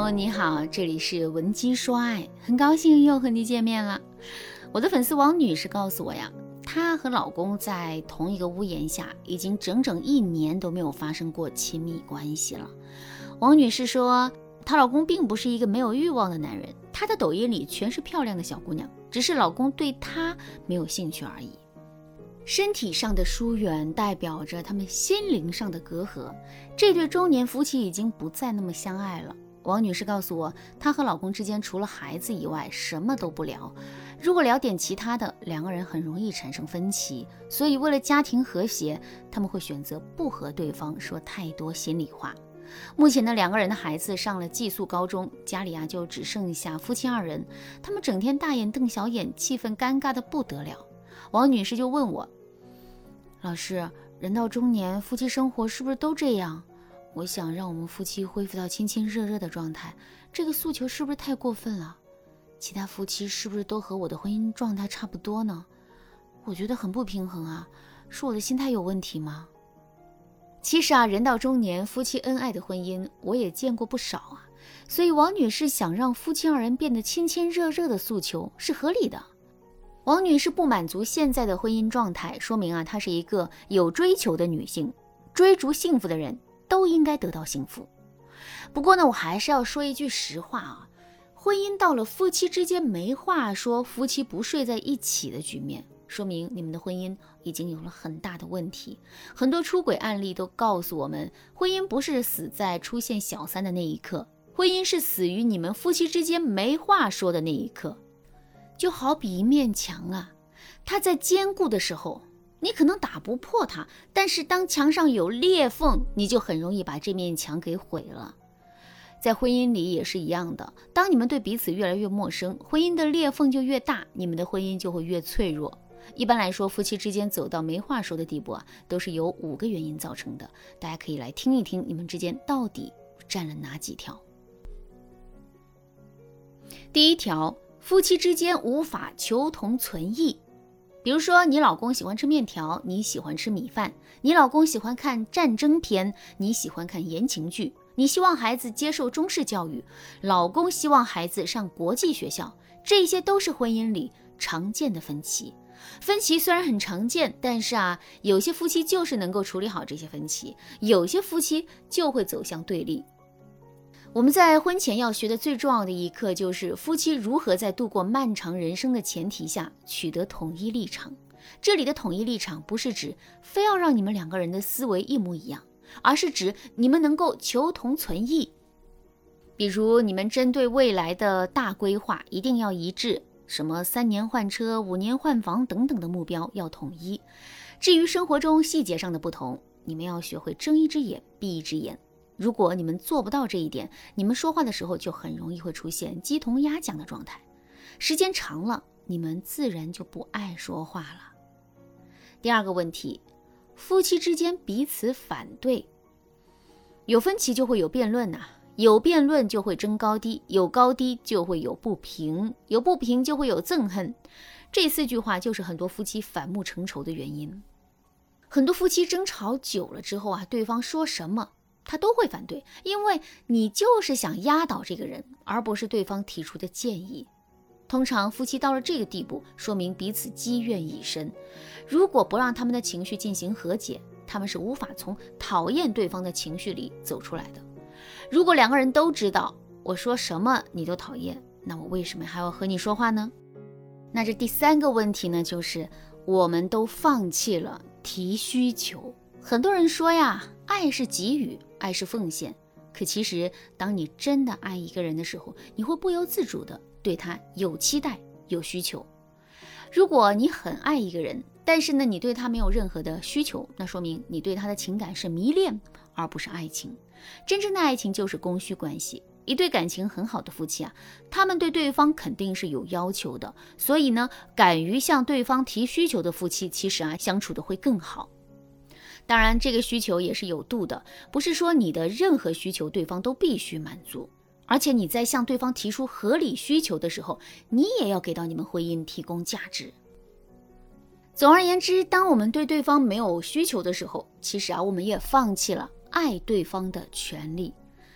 友你好，这里是文姬说爱，很高兴又和你见面了。我的粉丝王女士告诉我呀，她和老公在同一个屋檐下已经整整1年都没有发生过亲密关系了。王女士说，她老公并不是一个没有欲望的男人，她的抖音里全是漂亮的小姑娘，只是老公对她没有兴趣而已。身体上的疏远代表着他们心灵上的隔阂，这对中年夫妻已经不再那么相爱了。王女士告诉我，她和老公之间除了孩子以外什么都不聊，如果聊点其他的，两个人很容易产生分歧，所以为了家庭和谐，他们会选择不和对方说太多心里话。目前呢，两个人的孩子上了寄宿高中，家里就只剩下夫妻2人，他们整天大眼瞪小眼，气氛尴尬的不得了。王女士就问我，老师，人到中年，夫妻生活是不是都这样？我想让我们夫妻恢复到亲亲热热的状态，这个诉求是不是太过分了？其他夫妻是不是都和我的婚姻状态差不多呢？我觉得很不平衡啊，是我的心态有问题吗？其实人到中年，夫妻恩爱的婚姻我也见过不少啊，所以王女士想让夫妻2人变得亲亲热热的诉求是合理的。王女士不满足现在的婚姻状态，说明她是一个有追求的女性，追逐幸福的人都应该得到幸福。不过呢，我还是要说一句实话婚姻到了夫妻之间没话说，夫妻不睡在一起的局面，说明你们的婚姻已经有了很大的问题。很多出轨案例都告诉我们，婚姻不是死在出现小三的那一刻，婚姻是死于你们夫妻之间没话说的那一刻。就好比一面墙它在坚固的时候，你可能打不破它，但是当墙上有裂缝，你就很容易把这面墙给毁了。在婚姻里也是一样的，当你们对彼此越来越陌生，婚姻的裂缝就越大，你们的婚姻就会越脆弱。一般来说，夫妻之间走到没话说的地步都是由5个原因造成的，大家可以来听一听你们之间到底占了哪几条。第一条，夫妻之间无法求同存异。比如说，你老公喜欢吃面条，你喜欢吃米饭；你老公喜欢看战争片，你喜欢看言情剧；你希望孩子接受中式教育，老公希望孩子上国际学校。这些都是婚姻里常见的分歧。分歧虽然很常见，但是有些夫妻就是能够处理好这些分歧，有些夫妻就会走向对立。我们在婚前要学的最重要的一课，就是夫妻如何在度过漫长人生的前提下取得统一立场。这里的统一立场不是指非要让你们2个人的思维一模一样，而是指你们能够求同存异。比如你们针对未来的大规划一定要一致，什么3年换车、5年换房等等的目标要统一。至于生活中细节上的不同，你们要学会睁一只眼闭一只眼。如果你们做不到这一点，你们说话的时候就很容易会出现鸡同鸭讲的状态，时间长了，你们自然就不爱说话了。第二个问题，夫妻之间彼此反对。有分歧就会有辩论有辩论就会争高低，有高低就会有不平，有不平就会有憎恨。这4句话就是很多夫妻反目成仇的原因。很多夫妻争吵久了之后对方说什么他都会反对，因为你就是想压倒这个人，而不是对方提出的建议。通常夫妻到了这个地步，说明彼此积怨已深。如果不让他们的情绪进行和解，他们是无法从讨厌对方的情绪里走出来的。如果2个人都知道我说什么你都讨厌，那我为什么还要和你说话呢？那这第3个问题呢，就是我们都放弃了提需求。很多人说爱是给予，爱是奉献，可其实当你真的爱一个人的时候，你会不由自主的对他有期待有需求。如果你很爱一个人，但是呢你对他没有任何的需求，那说明你对他的情感是迷恋而不是爱情。真正的爱情就是供需关系。一对感情很好的夫妻他们对对方肯定是有要求的，所以呢敢于向对方提需求的夫妻，其实相处的会更好。当然这个需求也是有度的，不是说你的任何需求对方都必须满足，而且你在向对方提出合理需求的时候，你也要给到你们婚姻提供价值。总而言之，当我们对对方没有需求的时候，其实我们也放弃了爱对方的权利。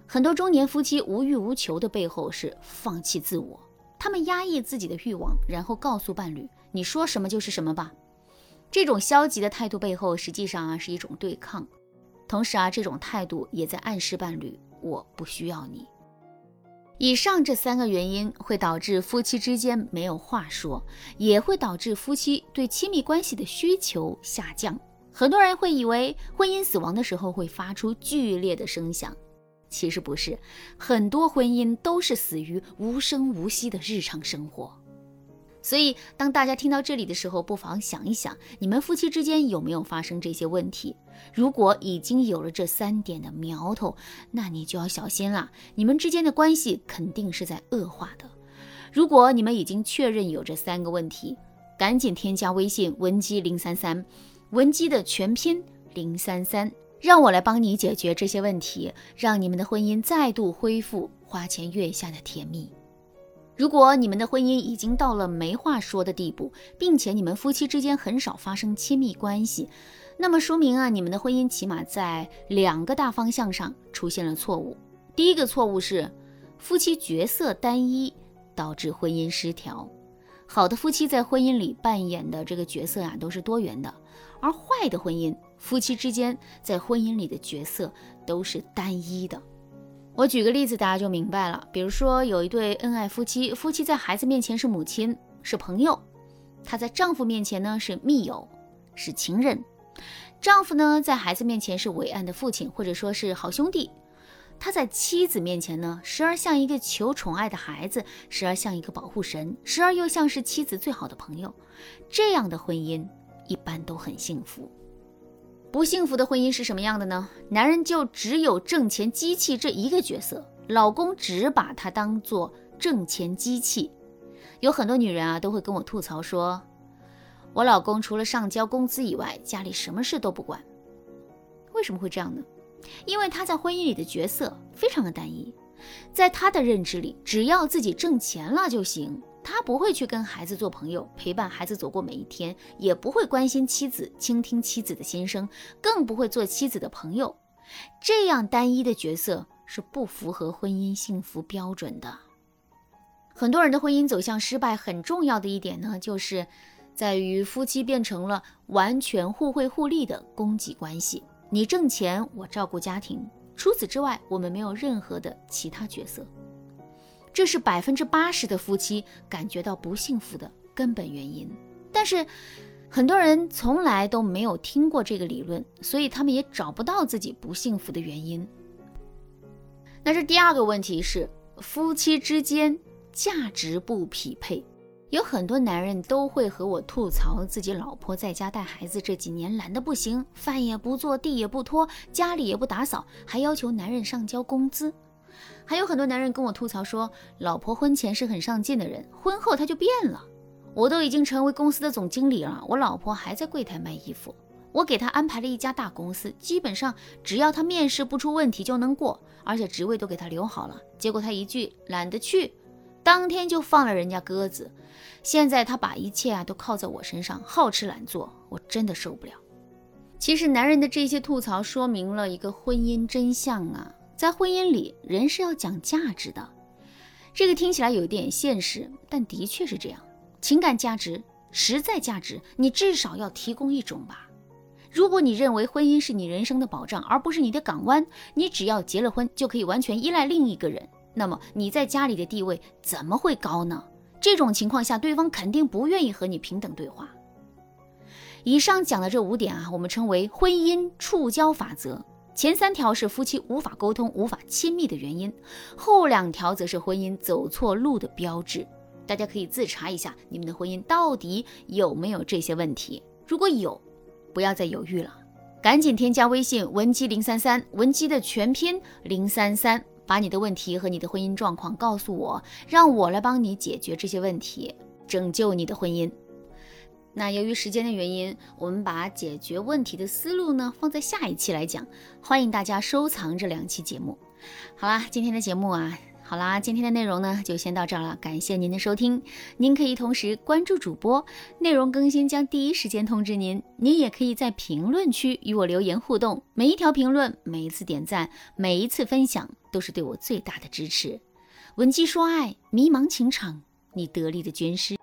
很多中年夫妻无欲无求的背后是放弃自我，他们压抑自己的欲望，然后告诉伴侣，你说什么就是什么吧。这种消极的态度背后实际上是一种对抗，同时这种态度也在暗示伴侣，我不需要你。以上这3个原因会导致夫妻之间没有话说，也会导致夫妻对亲密关系的需求下降。很多人会以为婚姻死亡的时候会发出剧烈的声响，其实不是，很多婚姻都是死于无声无息的日常生活。所以当大家听到这里的时候，不妨想一想，你们夫妻之间有没有发生这些问题？如果已经有了这3点的苗头，那你就要小心了，你们之间的关系肯定是在恶化的。如果你们已经确认有这3个问题，赶紧添加微信文姬033，文姬的全拼033，让我来帮你解决这些问题，让你们的婚姻再度恢复花前月下的甜蜜。如果你们的婚姻已经到了没话说的地步，并且你们夫妻之间很少发生亲密关系，那么说明你们的婚姻起码在2个大方向上出现了错误。第一个错误是夫妻角色单一，导致婚姻失调。好的夫妻在婚姻里扮演的这个角色都是多元的，而坏的婚姻，夫妻之间在婚姻里的角色都是单一的。我举个例子大家就明白了，比如说有一对恩爱夫妻，夫妻在孩子面前是母亲，是朋友，她在丈夫面前呢是密友，是情人。丈夫呢在孩子面前是伟岸的父亲，或者说是好兄弟。他在妻子面前呢，时而像一个求宠爱的孩子，时而像一个保护神，时而又像是妻子最好的朋友。这样的婚姻一般都很幸福。不幸福的婚姻是什么样的呢？男人就只有挣钱机器这一个角色，老公只把他当作挣钱机器。有很多女人都会跟我吐槽说，我老公除了上交工资以外，家里什么事都不管。为什么会这样呢？因为他在婚姻里的角色非常的单一，在他的认知里，只要自己挣钱了就行，他不会去跟孩子做朋友，陪伴孩子走过每一天，也不会关心妻子，倾听妻子的心声，更不会做妻子的朋友。这样单一的角色是不符合婚姻幸福标准的。很多人的婚姻走向失败，很重要的一点呢，就是在于夫妻变成了完全互惠互利的供给关系。你挣钱，我照顾家庭，除此之外，我们没有任何的其他角色。这是80%的夫妻感觉到不幸福的根本原因。但是很多人从来都没有听过这个理论，所以他们也找不到自己不幸福的原因。那这第2个问题是夫妻之间价值不匹配。有很多男人都会和我吐槽自己老婆在家带孩子这几年懒得不行，饭也不做，地也不拖，家里也不打扫，还要求男人上交工资。还有很多男人跟我吐槽说，老婆婚前是很上进的人，婚后她就变了。我都已经成为公司的总经理了，我老婆还在柜台卖衣服。我给她安排了一家大公司，基本上只要她面试不出问题就能过，而且职位都给她留好了。结果她一句懒得去，当天就放了人家鸽子。现在他把一切都靠在我身上，好吃懒做，我真的受不了。其实男人的这些吐槽说明了一个婚姻真相在婚姻里人是要讲价值的。这个听起来有点现实，但的确是这样。情感价值、实在价值，你至少要提供一种吧。如果你认为婚姻是你人生的保障，而不是你的港湾，你只要结了婚就可以完全依赖另一个人，那么你在家里的地位怎么会高呢？这种情况下，对方肯定不愿意和你平等对话。以上讲的这5点我们称为婚姻触礁法则。前3条是夫妻无法沟通、无法亲密的原因，后2条则是婚姻走错路的标志。大家可以自查一下，你们的婚姻到底有没有这些问题？如果有，不要再犹豫了，赶紧添加微信文姬033，文姬的全拼033，把你的问题和你的婚姻状况告诉我，让我来帮你解决这些问题，拯救你的婚姻。那由于时间的原因，我们把解决问题的思路呢放在下一期来讲，欢迎大家收藏这2期节目。好啦，今天的节目今天的内容呢就先到这儿了，感谢您的收听。您可以同时关注主播，内容更新将第一时间通知您。您也可以在评论区与我留言互动，每一条评论、每一次点赞、每一次分享都是对我最大的支持。文姬说爱，迷茫情场，你得力的军师。